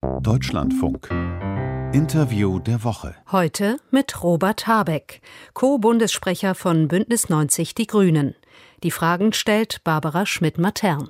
Deutschlandfunk. Interview der Woche. Heute mit Robert Habeck, Co-Bundessprecher von Bündnis 90 Die Grünen. Die Fragen stellt Barbara Schmidt-Matern.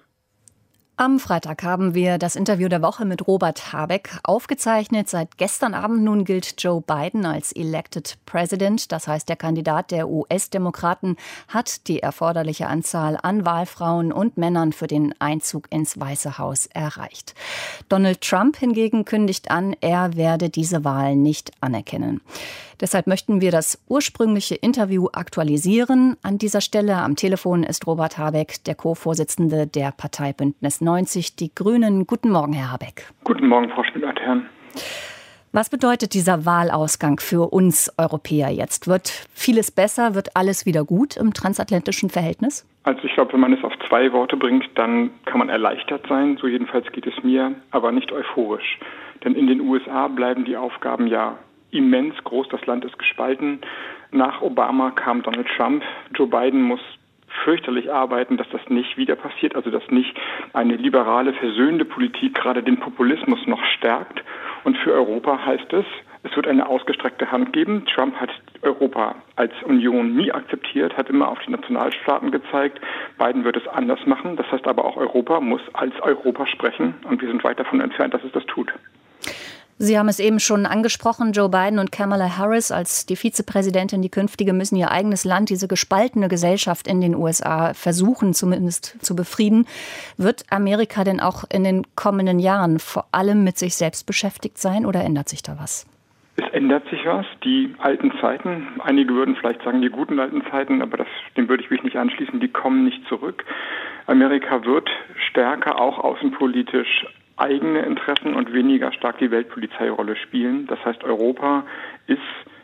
Am Freitag haben wir das Interview der Woche mit Robert Habeck aufgezeichnet. Seit gestern Abend nun gilt Joe Biden als Elected President. Das heißt, der Kandidat der US-Demokraten hat die erforderliche Anzahl an Wahlfrauen und Männern für den Einzug ins Weiße Haus erreicht. Donald Trump hingegen kündigt an, er werde diese Wahl nicht anerkennen. Deshalb möchten wir das ursprüngliche Interview aktualisieren. An dieser Stelle am Telefon ist Robert Habeck, der Co-Vorsitzende der Partei Bündnis 90 Die Grünen. Guten Morgen, Herr Habeck. Guten Morgen, Frau Schmidt-Matern. Was bedeutet dieser Wahlausgang für uns Europäer jetzt? Wird vieles besser? Wird alles wieder gut im transatlantischen Verhältnis? Also ich glaube, wenn man es auf 2 Worte bringt, dann kann man erleichtert sein. So jedenfalls geht es mir, aber nicht euphorisch. Denn in den USA bleiben die Aufgaben ja immens groß. Das Land ist gespalten. Nach Obama kam Donald Trump. Joe Biden muss fürchterlich arbeiten, dass das nicht wieder passiert, also dass nicht eine liberale, versöhnende Politik gerade den Populismus noch stärkt. Und für Europa heißt es, es wird eine ausgestreckte Hand geben. Trump hat Europa als Union nie akzeptiert, hat immer auf die Nationalstaaten gezeigt. Biden wird es anders machen. Das heißt aber auch, Europa muss als Europa sprechen. Und wir sind weit davon entfernt, dass es das tut. Sie haben es eben schon angesprochen, Joe Biden und Kamala Harris als die Vizepräsidentin, die künftige, müssen ihr eigenes Land, diese gespaltene Gesellschaft in den USA versuchen zumindest zu befrieden. Wird Amerika denn auch in den kommenden Jahren vor allem mit sich selbst beschäftigt sein oder ändert sich da was? Es ändert sich was. Die alten Zeiten, einige würden vielleicht sagen die guten alten Zeiten, aber dem würde ich mich nicht anschließen, die kommen nicht zurück. Amerika wird stärker auch außenpolitisch eigene Interessen und weniger stark die Weltpolizeirolle spielen. Das heißt, Europa ist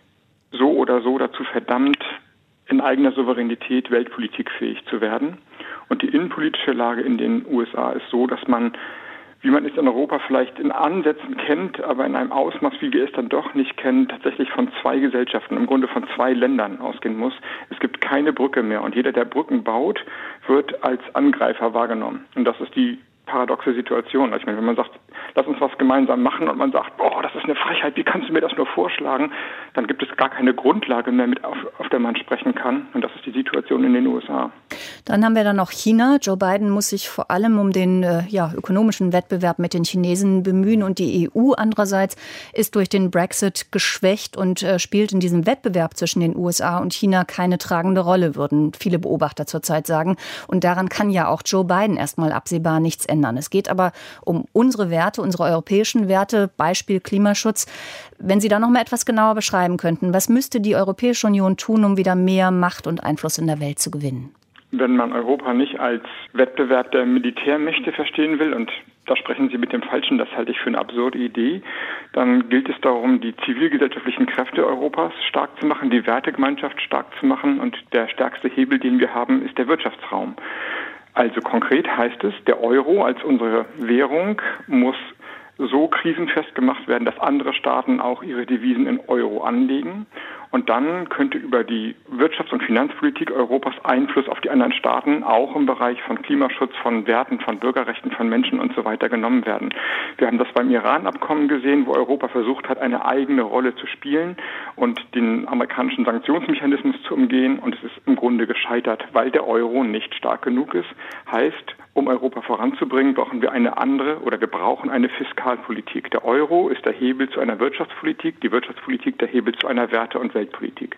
so oder so dazu verdammt, in eigener Souveränität weltpolitikfähig zu werden. Und die innenpolitische Lage in den USA ist so, dass man, wie man es in Europa vielleicht in Ansätzen kennt, aber in einem Ausmaß, wie wir es dann doch nicht kennen, tatsächlich von 2 Gesellschaften, im Grunde von 2 Ländern ausgehen muss. Es gibt keine Brücke mehr und jeder, der Brücken baut, wird als Angreifer wahrgenommen. Und das ist die paradoxe Situation. Also ich meine, wenn man sagt, lass uns was gemeinsam machen und man sagt, boah, das ist eine Frechheit, wie kannst du mir das nur vorschlagen, dann gibt es gar keine Grundlage mehr, auf der man sprechen kann. Und das ist die Situation in den USA. Dann haben wir dann noch China. Joe Biden muss sich vor allem um den ökonomischen Wettbewerb mit den Chinesen bemühen und die EU andererseits ist durch den Brexit geschwächt und spielt in diesem Wettbewerb zwischen den USA und China keine tragende Rolle, würden viele Beobachter zurzeit sagen. Und daran kann ja auch Joe Biden erstmal absehbar nichts ändern. Es geht aber um unsere Werte, unsere europäischen Werte, Beispiel Klimaschutz. Wenn Sie da noch mal etwas genauer beschreiben könnten, was müsste die Europäische Union tun, um wieder mehr Macht und Einfluss in der Welt zu gewinnen? Wenn man Europa nicht als Wettbewerb der Militärmächte verstehen will, und da sprechen Sie mit dem Falschen, das halte ich für eine absurde Idee, dann gilt es darum, die zivilgesellschaftlichen Kräfte Europas stark zu machen, die Wertegemeinschaft stark zu machen und der stärkste Hebel, den wir haben, ist der Wirtschaftsraum. Also konkret heißt es, der Euro als unsere Währung muss so krisenfest gemacht werden, dass andere Staaten auch ihre Devisen in Euro anlegen. Und dann könnte über die Wirtschafts- und Finanzpolitik Europas Einfluss auf die anderen Staaten auch im Bereich von Klimaschutz, von Werten, von Bürgerrechten, von Menschen und so weiter genommen werden. Wir haben das beim Iran-Abkommen gesehen, wo Europa versucht hat, eine eigene Rolle zu spielen und den amerikanischen Sanktionsmechanismus zu umgehen. Und es ist im Grunde gescheitert, weil der Euro nicht stark genug ist. Heißt, um Europa voranzubringen, brauchen wir eine andere oder wir brauchen eine Fiskalpolitik. Der Euro ist der Hebel zu einer Wirtschaftspolitik, die Wirtschaftspolitik der Hebel zu einer Werte- und Weltpolitik.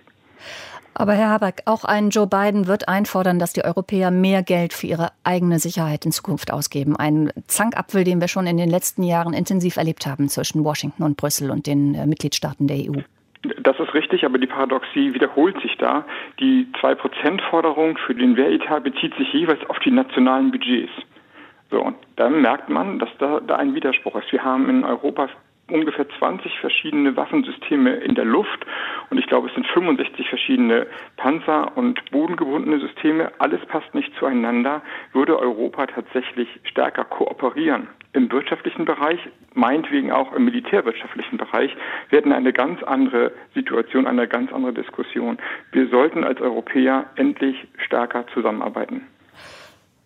Aber Herr Habeck, auch ein Joe Biden wird einfordern, dass die Europäer mehr Geld für ihre eigene Sicherheit in Zukunft ausgeben. Ein Zankapfel, den wir schon in den letzten Jahren intensiv erlebt haben zwischen Washington und Brüssel und den Mitgliedstaaten der EU. Das ist richtig, aber die Paradoxie wiederholt sich da. Die 2%-Forderung für den Wehretat bezieht sich jeweils auf die nationalen Budgets. So, und dann merkt man, dass da ein Widerspruch ist. Wir haben in Europa ungefähr 20 verschiedene Waffensysteme in der Luft und ich glaube, es sind 65 verschiedene Panzer- und bodengebundene Systeme. Alles passt nicht zueinander. Würde Europa tatsächlich stärker kooperieren im wirtschaftlichen Bereich, meinetwegen auch im militärwirtschaftlichen Bereich, wir hätten eine ganz andere Situation, eine ganz andere Diskussion. Wir sollten als Europäer endlich stärker zusammenarbeiten.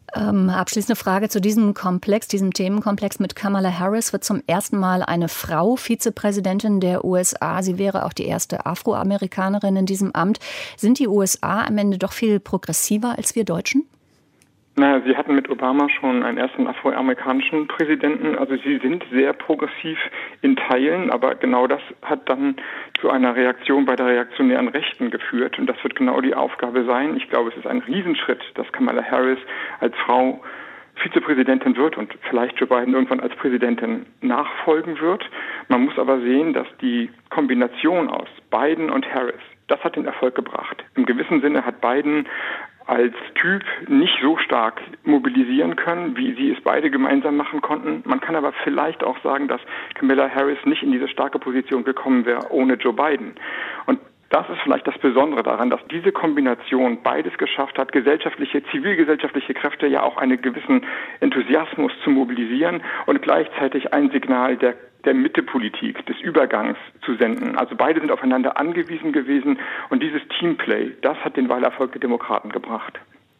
Abschließende Frage zu diesem Themenkomplex. Mit Kamala Harris wird zum ersten Mal eine Frau Vizepräsidentin der USA. Sie wäre auch die erste Afroamerikanerin in diesem Amt. Sind die USA am Ende doch viel progressiver als wir Deutschen? Naja, sie hatten mit Obama schon einen ersten afroamerikanischen Präsidenten. Also sie sind sehr progressiv in Teilen, aber genau das hat dann zu einer Reaktion bei der reaktionären Rechten geführt. Und das wird genau die Aufgabe sein. Ich glaube, es ist ein Riesenschritt, dass Kamala Harris als Frau Vizepräsidentin wird und vielleicht Joe Biden irgendwann als Präsidentin nachfolgen wird. Man muss aber sehen, dass die Kombination aus Biden und Harris, das hat den Erfolg gebracht. Im gewissen Sinne hat Biden als Typ nicht so stark mobilisieren können, wie sie es beide gemeinsam machen konnten. Man kann aber vielleicht auch sagen, dass Kamala Harris nicht in diese starke Position gekommen wäre ohne Joe Biden. Und das ist vielleicht das Besondere daran, dass diese Kombination beides geschafft hat, zivilgesellschaftliche Kräfte ja auch einen gewissen Enthusiasmus zu mobilisieren und gleichzeitig ein Signal der Mittepolitik, des Übergangs zu senden. Also beide sind aufeinander angewiesen gewesen und dieses Teamplay, das hat den Wahlerfolg der Demokraten gebracht.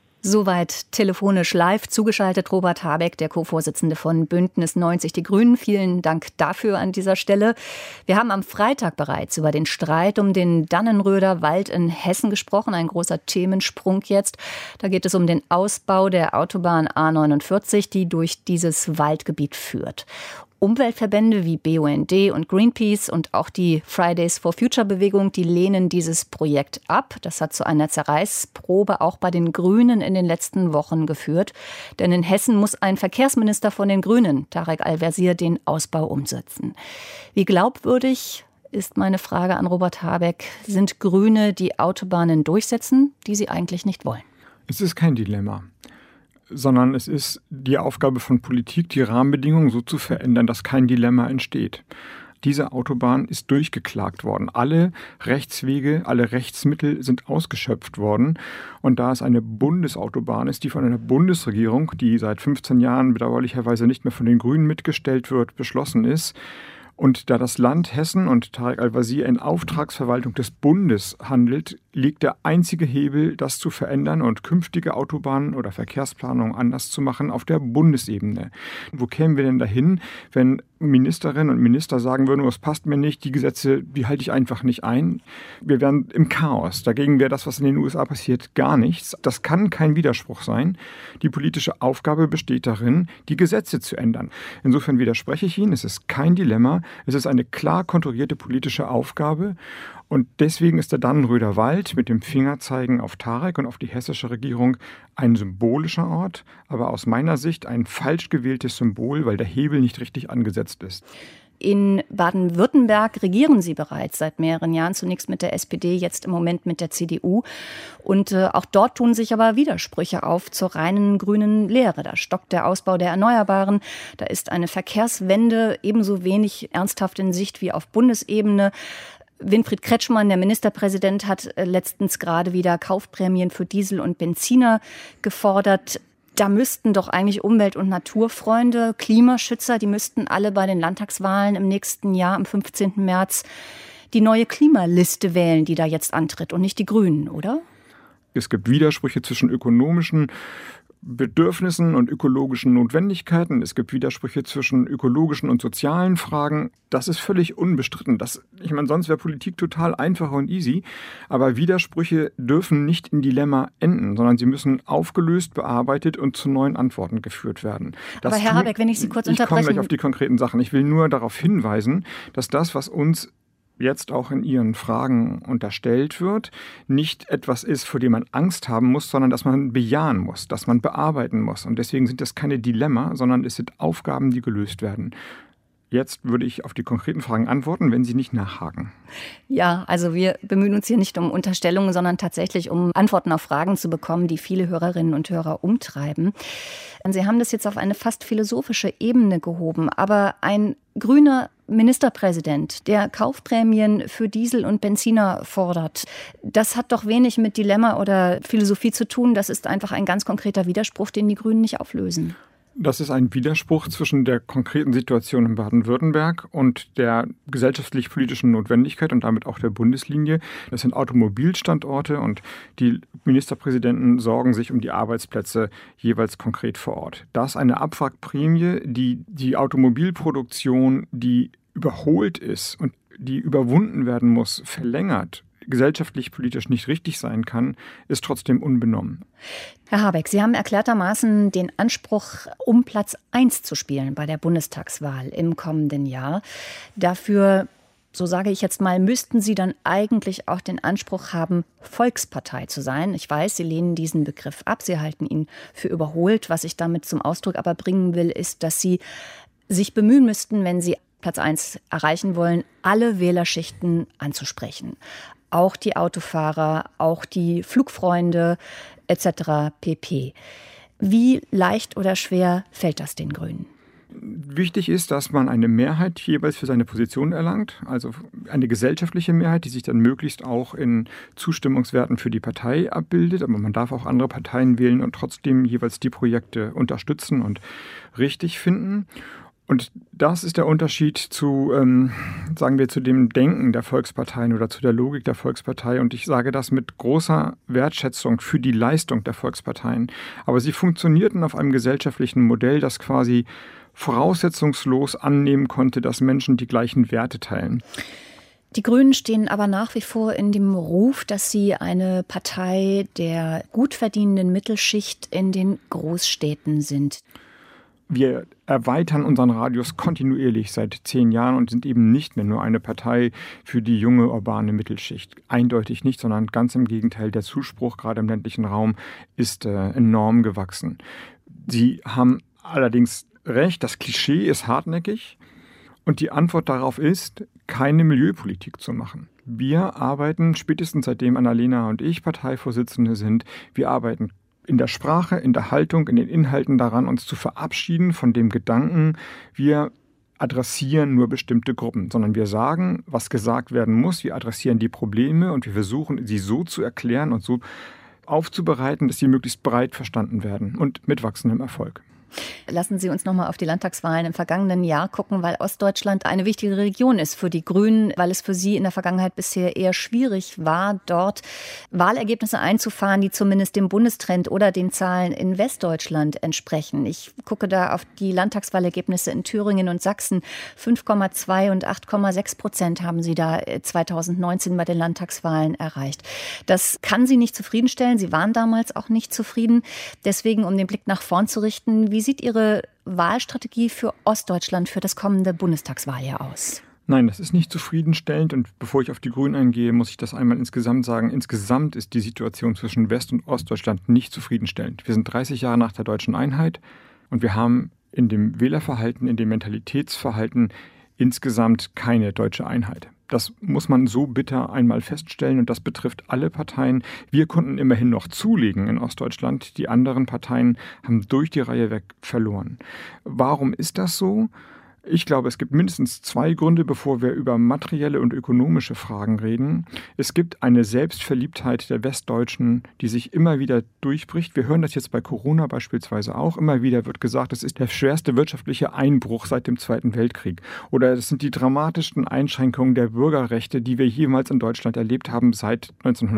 Soweit telefonisch live zugeschaltet Robert Habeck, der Co-Vorsitzende von Bündnis 90 Die Grünen. Vielen Dank dafür an dieser Stelle. Wir haben am Freitag bereits über den Streit um den Dannenröder Wald in Hessen gesprochen. Ein großer Themensprung jetzt. Da geht es um den Ausbau der Autobahn A49, die durch dieses Waldgebiet führt. Umweltverbände wie BUND und Greenpeace und auch die Fridays for Future Bewegung, die lehnen dieses Projekt ab. Das hat zu einer Zerreißprobe auch bei den Grünen in den letzten Wochen geführt. Denn in Hessen muss ein Verkehrsminister von den Grünen, Tarek Al-Wazir, den Ausbau umsetzen. Wie glaubwürdig ist meine Frage an Robert Habeck, sind Grüne, die Autobahnen durchsetzen, die sie eigentlich nicht wollen? Es ist kein Dilemma, sondern es ist die Aufgabe von Politik, die Rahmenbedingungen so zu verändern, dass kein Dilemma entsteht. Diese Autobahn ist durchgeklagt worden. Alle Rechtswege, alle Rechtsmittel sind ausgeschöpft worden. Und da es eine Bundesautobahn ist, die von einer Bundesregierung, die seit 15 Jahren bedauerlicherweise nicht mehr von den Grünen mitgestellt wird, beschlossen ist, und da das Land Hessen und Tarek Al-Wazir in Auftragsverwaltung des Bundes handelt, liegt der einzige Hebel, das zu verändern und künftige Autobahnen oder Verkehrsplanung anders zu machen auf der Bundesebene. Wo kämen wir denn dahin, wenn Ministerinnen und Minister sagen würden, es passt mir nicht, die Gesetze, die halte ich einfach nicht ein? Wir wären im Chaos. Dagegen wäre das, was in den USA passiert, gar nichts. Das kann kein Widerspruch sein. Die politische Aufgabe besteht darin, die Gesetze zu ändern. Insofern widerspreche ich Ihnen, es ist kein Dilemma, es ist eine klar konturierte politische Aufgabe. Und deswegen ist der Dannenröder Wald mit dem Fingerzeigen auf Tarek und auf die hessische Regierung ein symbolischer Ort, aber aus meiner Sicht ein falsch gewähltes Symbol, weil der Hebel nicht richtig angesetzt ist. In Baden-Württemberg regieren Sie bereits seit mehreren Jahren, zunächst mit der SPD, jetzt im Moment mit der CDU. Und auch dort tun sich aber Widersprüche auf zur reinen grünen Lehre. Da stockt der Ausbau der Erneuerbaren, da ist eine Verkehrswende ebenso wenig ernsthaft in Sicht wie auf Bundesebene. Winfried Kretschmann, der Ministerpräsident, hat letztens gerade wieder Kaufprämien für Diesel und Benziner gefordert. Da müssten doch eigentlich Umwelt- und Naturfreunde, Klimaschützer, die müssten alle bei den Landtagswahlen im nächsten Jahr, am 15. März, die neue Klimaliste wählen, die da jetzt antritt und nicht die Grünen, oder? Es gibt Widersprüche zwischen ökonomischen Bedürfnissen und ökologischen Notwendigkeiten. Es gibt Widersprüche zwischen ökologischen und sozialen Fragen. Das ist völlig unbestritten. Sonst wäre Politik total einfach und easy. Aber Widersprüche dürfen nicht in Dilemma enden, sondern sie müssen aufgelöst, bearbeitet und zu neuen Antworten geführt werden. Aber Herr Habeck, wenn ich Sie kurz unterbrechen... Ich komme gleich auf die konkreten Sachen. Ich will nur darauf hinweisen, dass das, was uns jetzt auch in Ihren Fragen unterstellt wird, nicht etwas ist, vor dem man Angst haben muss, sondern dass man bejahen muss, dass man bearbeiten muss. Und deswegen sind das keine Dilemma, sondern es sind Aufgaben, die gelöst werden. Jetzt würde ich auf die konkreten Fragen antworten, wenn Sie nicht nachhaken. Ja, also wir bemühen uns hier nicht um Unterstellungen, sondern tatsächlich um Antworten auf Fragen zu bekommen, die viele Hörerinnen und Hörer umtreiben. Sie haben das jetzt auf eine fast philosophische Ebene gehoben, aber ein grüner Ministerpräsident, der Kaufprämien für Diesel und Benziner fordert, das hat doch wenig mit Dilemma oder Philosophie zu tun. Das ist einfach ein ganz konkreter Widerspruch, den die Grünen nicht auflösen. Das ist ein Widerspruch zwischen der konkreten Situation in Baden-Württemberg und der gesellschaftlich-politischen Notwendigkeit und damit auch der Bundeslinie. Das sind Automobilstandorte und die Ministerpräsidenten sorgen sich um die Arbeitsplätze jeweils konkret vor Ort. Das ist eine Abwrackprämie, die Automobilproduktion, die überholt ist und die überwunden werden muss, verlängert, gesellschaftlich, politisch nicht richtig sein kann, ist trotzdem unbenommen. Herr Habeck, Sie haben erklärtermaßen den Anspruch, um Platz 1 zu spielen bei der Bundestagswahl im kommenden Jahr. Dafür, so sage ich jetzt mal, müssten Sie dann eigentlich auch den Anspruch haben, Volkspartei zu sein. Ich weiß, Sie lehnen diesen Begriff ab, Sie halten ihn für überholt. Was ich damit zum Ausdruck aber bringen will, ist, dass Sie sich bemühen müssten, wenn Sie Platz 1 erreichen wollen, alle Wählerschichten anzusprechen. Auch die Autofahrer, auch die Flugfreunde etc. pp. Wie leicht oder schwer fällt das den Grünen? Wichtig ist, dass man eine Mehrheit jeweils für seine Position erlangt, also eine gesellschaftliche Mehrheit, die sich dann möglichst auch in Zustimmungswerten für die Partei abbildet. Aber man darf auch andere Parteien wählen und trotzdem jeweils die Projekte unterstützen und richtig finden. Und das ist der Unterschied zu, sagen wir, zu dem Denken der Volksparteien oder zu der Logik der Volkspartei. Und ich sage das mit großer Wertschätzung für die Leistung der Volksparteien. Aber sie funktionierten auf einem gesellschaftlichen Modell, das quasi voraussetzungslos annehmen konnte, dass Menschen die gleichen Werte teilen. Die Grünen stehen aber nach wie vor in dem Ruf, dass sie eine Partei der gut verdienenden Mittelschicht in den Großstädten sind. Wir erweitern unseren Radius kontinuierlich seit 10 Jahren und sind eben nicht mehr nur eine Partei für die junge urbane Mittelschicht. Eindeutig nicht, sondern ganz im Gegenteil. Der Zuspruch gerade im ländlichen Raum ist enorm gewachsen. Sie haben allerdings recht, das Klischee ist hartnäckig und die Antwort darauf ist, keine Milieupolitik zu machen. Wir arbeiten, spätestens seitdem Annalena und ich Parteivorsitzende sind, wir arbeiten in der Sprache, in der Haltung, in den Inhalten daran, uns zu verabschieden von dem Gedanken, wir adressieren nur bestimmte Gruppen, sondern wir sagen, was gesagt werden muss, wir adressieren die Probleme und wir versuchen, sie so zu erklären und so aufzubereiten, dass sie möglichst breit verstanden werden und mit wachsendem Erfolg. Lassen Sie uns noch mal auf die Landtagswahlen im vergangenen Jahr gucken, weil Ostdeutschland eine wichtige Region ist für die Grünen, weil es für sie in der Vergangenheit bisher eher schwierig war, dort Wahlergebnisse einzufahren, die zumindest dem Bundestrend oder den Zahlen in Westdeutschland entsprechen. Ich gucke da auf die Landtagswahlergebnisse in Thüringen und Sachsen. 5,2 und 8,6% haben sie da 2019 bei den Landtagswahlen erreicht. Das kann sie nicht zufriedenstellen. Sie waren damals auch nicht zufrieden. Deswegen, um den Blick nach vorn zu richten, wie sieht Ihre Wahlstrategie für Ostdeutschland für das kommende Bundestagswahljahr aus? Nein, das ist nicht zufriedenstellend. Und bevor ich auf die Grünen eingehe, muss ich das einmal insgesamt sagen. Insgesamt ist die Situation zwischen West- und Ostdeutschland nicht zufriedenstellend. Wir sind 30 Jahre nach der deutschen Einheit und wir haben in dem Wählerverhalten, in dem Mentalitätsverhalten insgesamt keine deutsche Einheit. Das muss man so bitter einmal feststellen und das betrifft alle Parteien. Wir konnten immerhin noch zulegen in Ostdeutschland. Die anderen Parteien haben durch die Reihe weg verloren. Warum ist das so? Ich glaube, es gibt mindestens 2 Gründe, bevor wir über materielle und ökonomische Fragen reden. Es gibt eine Selbstverliebtheit der Westdeutschen, die sich immer wieder durchbricht. Wir hören das jetzt bei Corona beispielsweise auch. Immer wieder wird gesagt, es ist der schwerste wirtschaftliche Einbruch seit dem Zweiten Weltkrieg. Oder es sind die dramatischsten Einschränkungen der Bürgerrechte, die wir jemals in Deutschland erlebt haben seit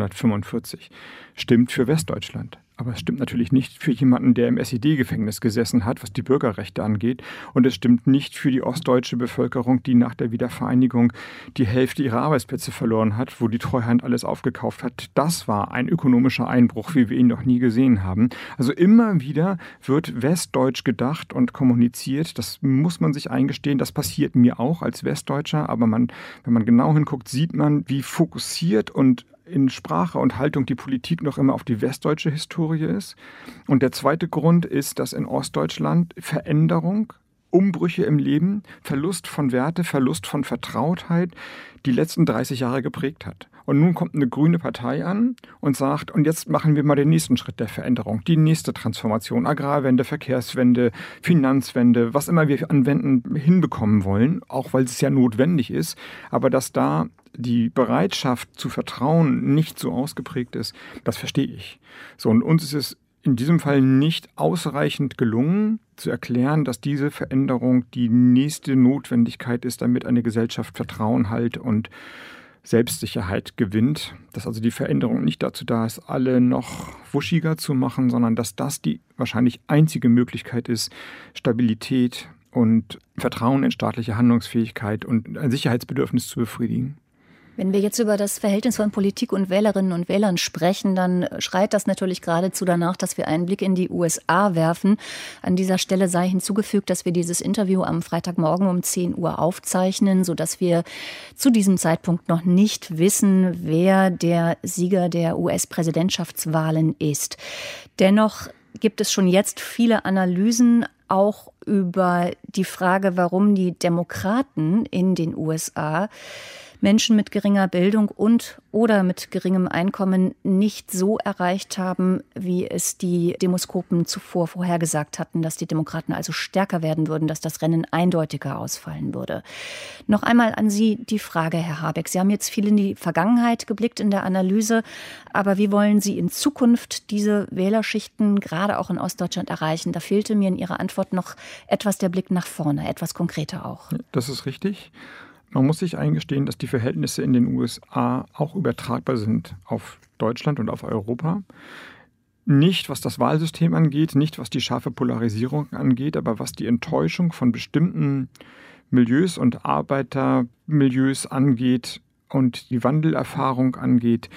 1945. Stimmt für Westdeutschland. Aber es stimmt natürlich nicht für jemanden, der im SED-Gefängnis gesessen hat, was die Bürgerrechte angeht. Und es stimmt nicht für die ostdeutsche Bevölkerung, die nach der Wiedervereinigung die Hälfte ihrer Arbeitsplätze verloren hat, wo die Treuhand alles aufgekauft hat. Das war ein ökonomischer Einbruch, wie wir ihn noch nie gesehen haben. Also immer wieder wird westdeutsch gedacht und kommuniziert. Das muss man sich eingestehen. Das passiert mir auch als Westdeutscher. Aber wenn man genau hinguckt, sieht man, wie fokussiert und in Sprache und Haltung die Politik noch immer auf die westdeutsche Historie ist. Und der zweite Grund ist, dass in Ostdeutschland Veränderung, Umbrüche im Leben, Verlust von Werte, Verlust von Vertrautheit die letzten 30 Jahre geprägt hat. Und nun kommt eine grüne Partei an und sagt, und jetzt machen wir mal den nächsten Schritt der Veränderung, die nächste Transformation, Agrarwende, Verkehrswende, Finanzwende, was immer wir an Wenden hinbekommen wollen, auch weil es ja notwendig ist, aber dass da die Bereitschaft zu vertrauen nicht so ausgeprägt ist, das verstehe ich. So, und uns ist es in diesem Fall nicht ausreichend gelungen, zu erklären, dass diese Veränderung die nächste Notwendigkeit ist, damit eine Gesellschaft Vertrauen, Halt und Selbstsicherheit gewinnt. Dass also die Veränderung nicht dazu da ist, alle noch wuschiger zu machen, sondern dass das die wahrscheinlich einzige Möglichkeit ist, Stabilität und Vertrauen in staatliche Handlungsfähigkeit und ein Sicherheitsbedürfnis zu befriedigen. Wenn wir jetzt über das Verhältnis von Politik und Wählerinnen und Wählern sprechen, dann schreit das natürlich geradezu danach, dass wir einen Blick in die USA werfen. An dieser Stelle sei hinzugefügt, dass wir dieses Interview am Freitagmorgen um 10 Uhr aufzeichnen, sodass wir zu diesem Zeitpunkt noch nicht wissen, wer der Sieger der US-Präsidentschaftswahlen ist. Dennoch gibt es schon jetzt viele Analysen, auch über die Frage, warum die Demokraten in den USA Menschen mit geringer Bildung und oder mit geringem Einkommen nicht so erreicht haben, wie es die Demoskopen zuvor vorhergesagt hatten, dass die Demokraten also stärker werden würden, dass das Rennen eindeutiger ausfallen würde. Noch einmal an Sie die Frage, Herr Habeck. Sie haben jetzt viel in die Vergangenheit geblickt in der Analyse, aber wie wollen Sie in Zukunft diese Wählerschichten gerade auch in Ostdeutschland erreichen? Da fehlte mir in Ihrer Antwort noch etwas der Blick nach vorne, etwas konkreter auch. Das ist richtig. Man muss sich eingestehen, dass die Verhältnisse in den USA auch übertragbar sind auf Deutschland und auf Europa. Nicht, was das Wahlsystem angeht, nicht, was die scharfe Polarisierung angeht, aber was die Enttäuschung von bestimmten Milieus und Arbeitermilieus angeht und die Wandelerfahrung angeht,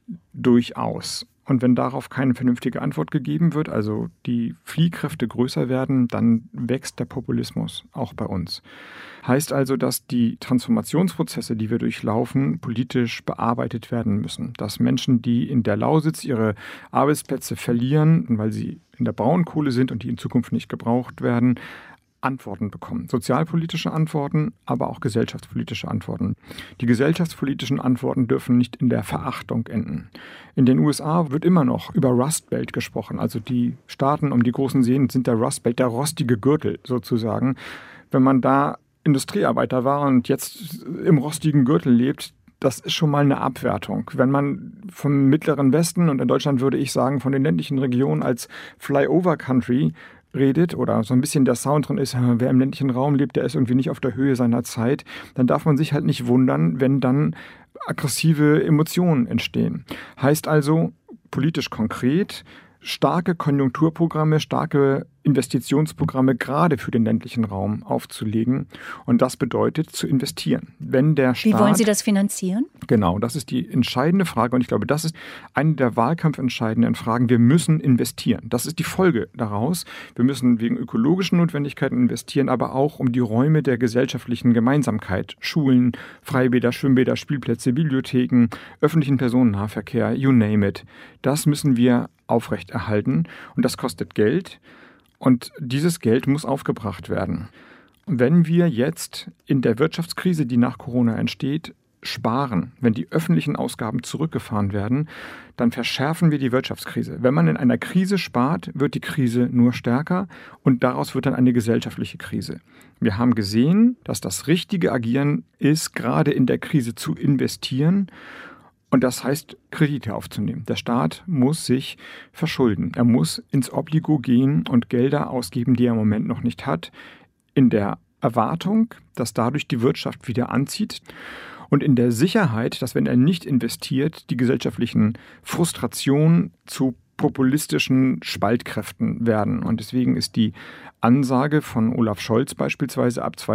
durchaus. Und wenn darauf keine vernünftige Antwort gegeben wird, also die Fliehkräfte größer werden, dann wächst der Populismus auch bei uns. Heißt also, dass die Transformationsprozesse, die wir durchlaufen, politisch bearbeitet werden müssen. Dass Menschen, die in der Lausitz ihre Arbeitsplätze verlieren, weil sie in der Braunkohle sind und die in Zukunft nicht gebraucht werden, Antworten bekommen. Sozialpolitische Antworten, aber auch gesellschaftspolitische Antworten. Die gesellschaftspolitischen Antworten dürfen nicht in der Verachtung enden. In den USA wird immer noch über Rust Belt gesprochen. Also die Staaten um die großen Seen sind der Rust Belt, der rostige Gürtel sozusagen. Wenn man da Industriearbeiter war und jetzt im rostigen Gürtel lebt, das ist schon mal eine Abwertung. Wenn man vom Mittleren Westen und in Deutschland würde ich sagen von den ländlichen Regionen als Flyover Country redet oder so ein bisschen der Sound drin ist, wer im ländlichen Raum lebt, der ist irgendwie nicht auf der Höhe seiner Zeit, dann darf man sich halt nicht wundern, wenn dann aggressive Emotionen entstehen. Heißt also, politisch konkret, starke Konjunkturprogramme, starke Investitionsprogramme gerade für den ländlichen Raum aufzulegen. Und das bedeutet zu investieren. Wenn der Staat, wie wollen Sie das finanzieren? Genau, das ist die entscheidende Frage. Und ich glaube, das ist eine der wahlkampfentscheidenden Fragen. Wir müssen investieren. Das ist die Folge daraus. Wir müssen wegen ökologischen Notwendigkeiten investieren, aber auch um die Räume der gesellschaftlichen Gemeinsamkeit. Schulen, Freibäder, Schwimmbäder, Spielplätze, Bibliotheken, öffentlichen Personennahverkehr, you name it. Das müssen wir aufrechterhalten. Und das kostet Geld. Und dieses Geld muss aufgebracht werden. Wenn wir jetzt in der Wirtschaftskrise, die nach Corona entsteht, sparen, wenn die öffentlichen Ausgaben zurückgefahren werden, dann verschärfen wir die Wirtschaftskrise. Wenn man in einer Krise spart, wird die Krise nur stärker und daraus wird dann eine gesellschaftliche Krise. Wir haben gesehen, dass das richtige Agieren ist, gerade in der Krise zu investieren. Und das heißt, Kredite aufzunehmen. Der Staat muss sich verschulden. Er muss ins Obligo gehen und Gelder ausgeben, die er im Moment noch nicht hat, in der Erwartung, dass dadurch die Wirtschaft wieder anzieht und in der Sicherheit, dass wenn er nicht investiert, die gesellschaftlichen Frustrationen zu populistischen Spaltkräften werden. Und deswegen ist die Ansage von Olaf Scholz beispielsweise, ab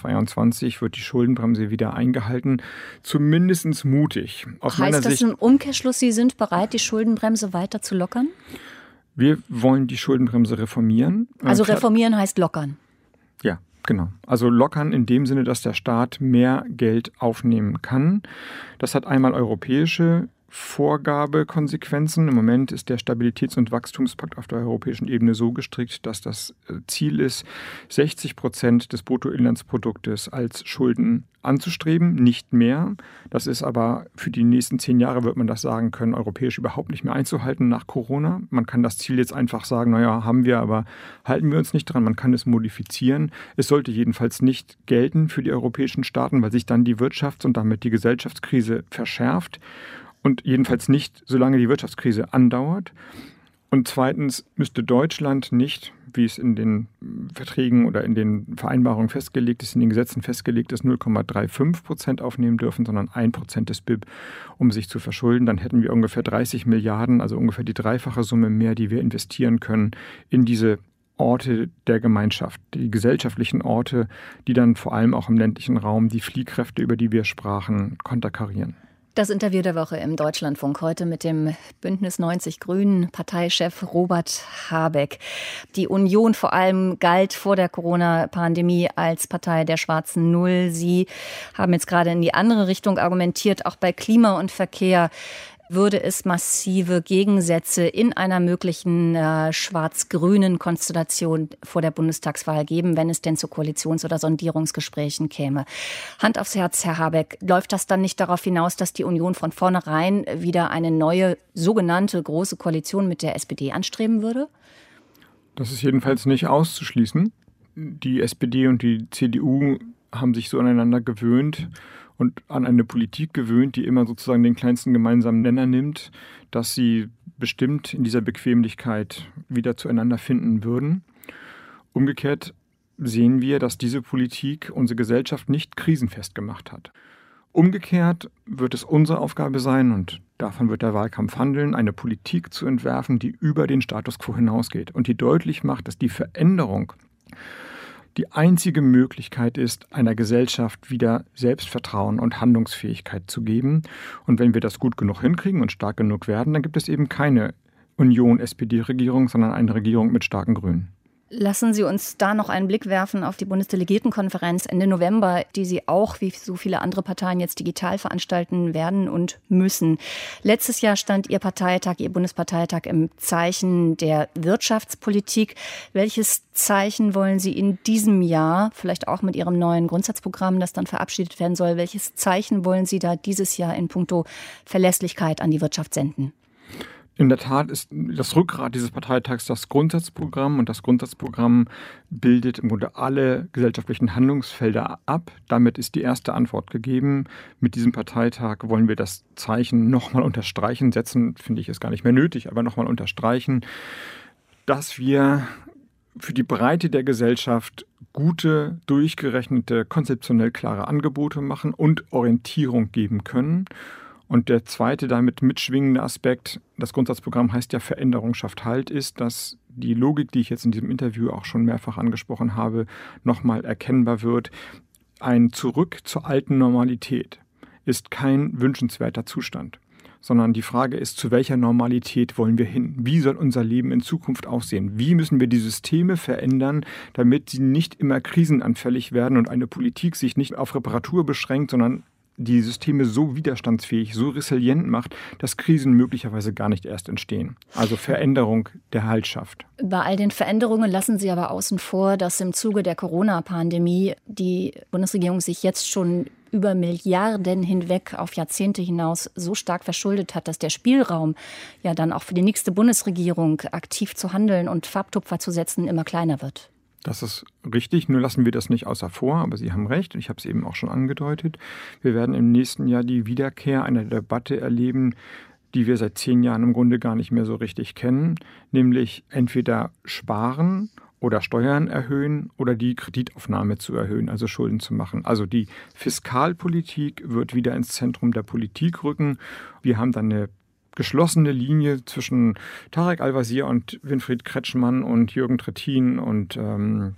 2022 wird die Schuldenbremse wieder eingehalten, zumindest mutig. Aus meiner Sicht, heißt das im Umkehrschluss, Sie sind bereit, die Schuldenbremse weiter zu lockern? Wir wollen die Schuldenbremse reformieren. Also reformieren heißt lockern? Ja, genau. Also lockern in dem Sinne, dass der Staat mehr Geld aufnehmen kann. Das hat einmal europäische Vorgabekonsequenzen. Im Moment ist der Stabilitäts- und Wachstumspakt auf der europäischen Ebene so gestrickt, dass das Ziel ist, 60% des Bruttoinlandsproduktes als Schulden anzustreben, nicht mehr. Das ist aber für die nächsten 10 Jahre, wird man das sagen können, europäisch überhaupt nicht mehr einzuhalten nach Corona. Man kann das Ziel jetzt einfach sagen, naja, haben wir, aber halten wir uns nicht dran. Man kann es modifizieren. Es sollte jedenfalls nicht gelten für die europäischen Staaten, weil sich dann die Wirtschafts- und damit die Gesellschaftskrise verschärft. Und jedenfalls nicht, solange die Wirtschaftskrise andauert. Und zweitens müsste Deutschland nicht, wie es in den Verträgen oder in den Vereinbarungen festgelegt ist, in den Gesetzen festgelegt ist, 0,35% aufnehmen dürfen, sondern 1% des BIP, um sich zu verschulden. Dann hätten wir ungefähr 30 Milliarden, also ungefähr die dreifache Summe mehr, die wir investieren können in diese Orte der Gemeinschaft, die gesellschaftlichen Orte, die dann vor allem auch im ländlichen Raum die Fliehkräfte, über die wir sprachen, konterkarieren. Das Interview der Woche im Deutschlandfunk heute mit dem Bündnis 90 Grünen Parteichef Robert Habeck. Die Union vor allem galt vor der Corona-Pandemie als Partei der schwarzen Null. Sie haben jetzt gerade in die andere Richtung argumentiert, auch bei Klima und Verkehr würde es massive Gegensätze in einer möglichen schwarz-grünen Konstellation vor der Bundestagswahl geben, wenn es denn zu Koalitions- oder Sondierungsgesprächen käme. Hand aufs Herz, Herr Habeck, läuft das dann nicht darauf hinaus, dass die Union von vornherein wieder eine neue sogenannte große Koalition mit der SPD anstreben würde? Das ist jedenfalls nicht auszuschließen. Die SPD und die CDU haben sich so aneinander gewöhnt und an eine Politik gewöhnt, die immer sozusagen den kleinsten gemeinsamen Nenner nimmt, dass sie bestimmt in dieser Bequemlichkeit wieder zueinander finden würden. Umgekehrt sehen wir, dass diese Politik unsere Gesellschaft nicht krisenfest gemacht hat. Umgekehrt wird es unsere Aufgabe sein, und davon wird der Wahlkampf handeln, eine Politik zu entwerfen, die über den Status quo hinausgeht und die deutlich macht, dass die Veränderung die einzige Möglichkeit ist, einer Gesellschaft wieder Selbstvertrauen und Handlungsfähigkeit zu geben. Und wenn wir das gut genug hinkriegen und stark genug werden, dann gibt es eben keine Union-SPD-Regierung, sondern eine Regierung mit starken Grünen. Lassen Sie uns da noch einen Blick werfen auf die Bundesdelegiertenkonferenz Ende November, die Sie auch, wie so viele andere Parteien, jetzt digital veranstalten werden und müssen. Letztes Jahr stand Ihr Parteitag, Ihr Bundesparteitag im Zeichen der Wirtschaftspolitik. Welches Zeichen wollen Sie in diesem Jahr, vielleicht auch mit Ihrem neuen Grundsatzprogramm, das dann verabschiedet werden soll, welches Zeichen wollen Sie da dieses Jahr in puncto Verlässlichkeit an die Wirtschaft senden? In der Tat ist das Rückgrat dieses Parteitags das Grundsatzprogramm, und das Grundsatzprogramm bildet im Grunde alle gesellschaftlichen Handlungsfelder ab. Damit ist die erste Antwort gegeben. Mit diesem Parteitag wollen wir das Zeichen nochmal unterstreichen, setzen, finde ich, ist gar nicht mehr nötig, aber nochmal unterstreichen, dass wir für die Breite der Gesellschaft gute, durchgerechnete, konzeptionell klare Angebote machen und Orientierung geben können. Und der zweite damit mitschwingende Aspekt, das Grundsatzprogramm heißt ja Veränderung schafft Halt, ist, dass die Logik, die ich jetzt in diesem Interview auch schon mehrfach angesprochen habe, nochmal erkennbar wird. Ein Zurück zur alten Normalität ist kein wünschenswerter Zustand, sondern die Frage ist, zu welcher Normalität wollen wir hin? Wie soll unser Leben in Zukunft aussehen? Wie müssen wir die Systeme verändern, damit sie nicht immer krisenanfällig werden und eine Politik sich nicht auf Reparatur beschränkt, sondern die Systeme so widerstandsfähig, so resilient macht, dass Krisen möglicherweise gar nicht erst entstehen. Also Veränderung der Halt schafft. Bei all den Veränderungen lassen Sie aber außen vor, dass im Zuge der Corona-Pandemie die Bundesregierung sich jetzt schon über Milliarden hinweg auf Jahrzehnte hinaus so stark verschuldet hat, dass der Spielraum ja dann auch für die nächste Bundesregierung aktiv zu handeln und Farbtupfer zu setzen immer kleiner wird. Das ist richtig, nur lassen wir das nicht außer vor, aber Sie haben recht, ich habe es eben auch schon angedeutet. Wir werden im nächsten Jahr die Wiederkehr einer Debatte erleben, die wir seit 10 Jahren im Grunde gar nicht mehr so richtig kennen, nämlich entweder sparen oder Steuern erhöhen oder die Kreditaufnahme zu erhöhen, also Schulden zu machen. Also die Fiskalpolitik wird wieder ins Zentrum der Politik rücken. Wir haben dann eine geschlossene Linie zwischen Tarek Al-Wazir und Winfried Kretschmann und Jürgen Trittin und Sven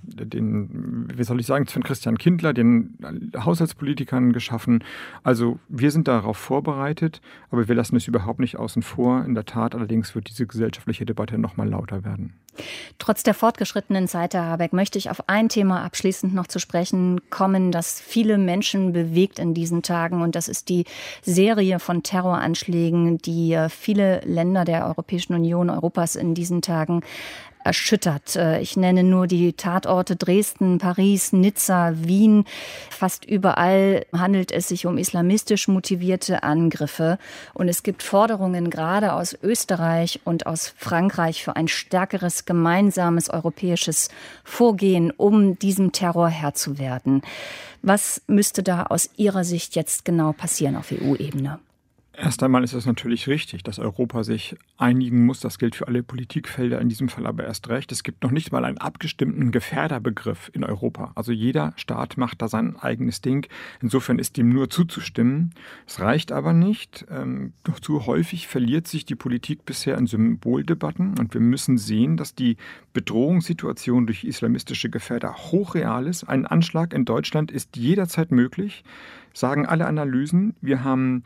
Christian Kindler, den Haushaltspolitikern geschaffen. Also wir sind darauf vorbereitet, aber wir lassen es überhaupt nicht außen vor. In der Tat allerdings wird diese gesellschaftliche Debatte noch mal lauter werden. Trotz der fortgeschrittenen Zeit, Herr Habeck, möchte ich auf ein Thema abschließend noch zu sprechen kommen, das viele Menschen bewegt in diesen Tagen. Und das ist die Serie von Terroranschlägen, die viele Länder der Europäischen Union, Europas in diesen Tagen erschüttert. Ich nenne nur die Tatorte Dresden, Paris, Nizza, Wien. Fast überall handelt es sich um islamistisch motivierte Angriffe. Und es gibt Forderungen gerade aus Österreich und aus Frankreich für ein stärkeres gemeinsames europäisches Vorgehen, um diesem Terror Herr zu werden. Was müsste da aus Ihrer Sicht jetzt genau passieren auf EU-Ebene? Erst einmal ist es natürlich richtig, dass Europa sich einigen muss. Das gilt für alle Politikfelder, in diesem Fall aber erst recht. Es gibt noch nicht mal einen abgestimmten Gefährderbegriff in Europa. Also jeder Staat macht da sein eigenes Ding. Insofern ist dem nur zuzustimmen. Es reicht aber nicht. Doch zu häufig verliert sich die Politik bisher in Symboldebatten. Und wir müssen sehen, dass die Bedrohungssituation durch islamistische Gefährder hochreal ist. Ein Anschlag in Deutschland ist jederzeit möglich. Sagen alle Analysen, wir haben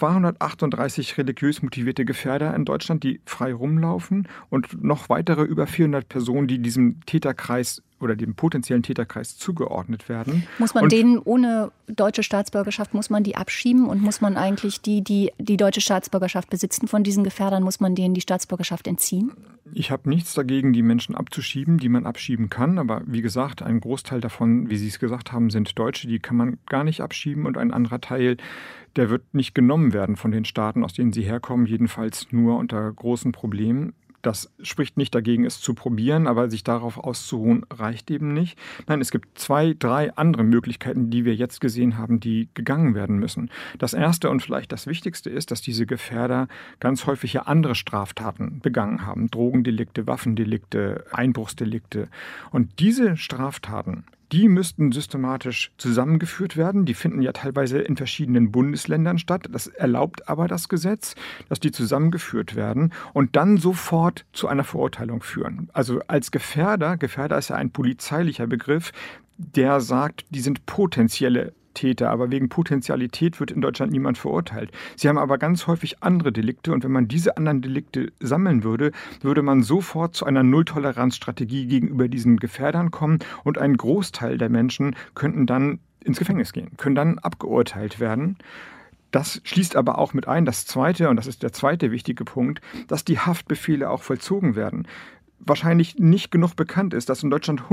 238 religiös motivierte Gefährder in Deutschland, die frei rumlaufen und noch weitere über 400 Personen, die diesem Täterkreis oder dem potenziellen Täterkreis zugeordnet werden. Muss man denen ohne deutsche Staatsbürgerschaft, muss man die abschieben und muss man eigentlich die deutsche Staatsbürgerschaft besitzen von diesen Gefährdern, muss man denen die Staatsbürgerschaft entziehen? Ich habe nichts dagegen, die Menschen abzuschieben, die man abschieben kann. Aber wie gesagt, ein Großteil davon, wie Sie es gesagt haben, sind Deutsche, die kann man gar nicht abschieben. Und ein anderer Teil, der wird nicht genommen werden von den Staaten, aus denen sie herkommen, jedenfalls nur unter großen Problemen. Das spricht nicht dagegen, es zu probieren, aber sich darauf auszuruhen, reicht eben nicht. Nein, es gibt 2, 3 andere Möglichkeiten, die wir jetzt gesehen haben, die gegangen werden müssen. Das erste und vielleicht das Wichtigste ist, dass diese Gefährder ganz häufig ja andere Straftaten begangen haben. Drogendelikte, Waffendelikte, Einbruchsdelikte. Und diese Straftaten, die müssten systematisch zusammengeführt werden. Die finden ja teilweise in verschiedenen Bundesländern statt. Das erlaubt aber das Gesetz, dass die zusammengeführt werden und dann sofort zu einer Verurteilung führen. Also als Gefährder ist ja ein polizeilicher Begriff, der sagt, die sind potenzielle Täter, aber wegen Potentialität wird in Deutschland niemand verurteilt. Sie haben aber ganz häufig andere Delikte und wenn man diese anderen Delikte sammeln würde, würde man sofort zu einer Nulltoleranzstrategie gegenüber diesen Gefährdern kommen und ein Großteil der Menschen könnten dann ins Gefängnis gehen, können dann abgeurteilt werden. Das schließt aber auch mit ein, das Zweite, und das ist der zweite wichtige Punkt, dass die Haftbefehle auch vollzogen werden. Wahrscheinlich nicht genug bekannt ist, dass in Deutschland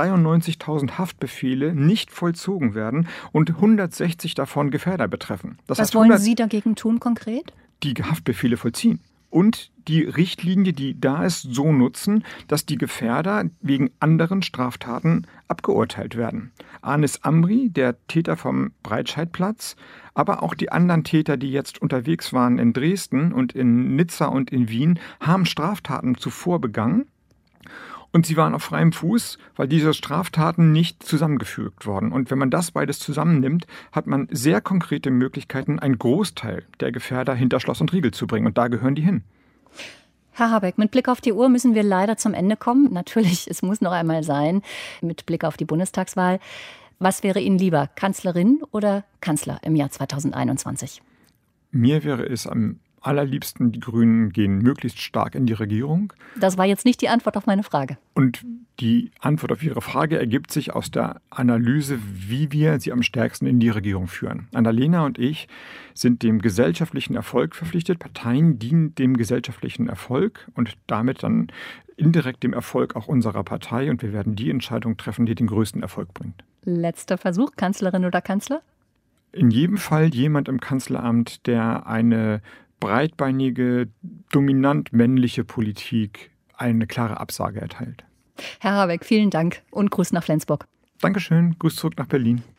193.000 Haftbefehle nicht vollzogen werden und 160 davon Gefährder betreffen. Was wollen Sie dagegen tun konkret? Die Haftbefehle vollziehen. Und die Richtlinie, die da ist, so nutzen, dass die Gefährder wegen anderen Straftaten abgeurteilt werden. Anis Amri, der Täter vom Breitscheidplatz, aber auch die anderen Täter, die jetzt unterwegs waren in Dresden und in Nizza und in Wien, haben Straftaten zuvor begangen. Und sie waren auf freiem Fuß, weil diese Straftaten nicht zusammengefügt wurden. Und wenn man das beides zusammennimmt, hat man sehr konkrete Möglichkeiten, einen Großteil der Gefährder hinter Schloss und Riegel zu bringen. Und da gehören die hin. Herr Habeck, mit Blick auf die Uhr müssen wir leider zum Ende kommen. Natürlich, es muss noch einmal sein, mit Blick auf die Bundestagswahl. Was wäre Ihnen lieber, Kanzlerin oder Kanzler im Jahr 2021? Mir wäre es am allerliebsten, die Grünen gehen möglichst stark in die Regierung. Das war jetzt nicht die Antwort auf meine Frage. Und die Antwort auf Ihre Frage ergibt sich aus der Analyse, wie wir sie am stärksten in die Regierung führen. Annalena und ich sind dem gesellschaftlichen Erfolg verpflichtet. Parteien dienen dem gesellschaftlichen Erfolg und damit dann indirekt dem Erfolg auch unserer Partei. Und wir werden die Entscheidung treffen, die den größten Erfolg bringt. Letzter Versuch, Kanzlerin oder Kanzler? In jedem Fall jemand im Kanzleramt, der eine breitbeinige, dominant männliche Politik eine klare Absage erteilt. Herr Habeck, vielen Dank und Gruß nach Flensburg. Dankeschön, Gruß zurück nach Berlin.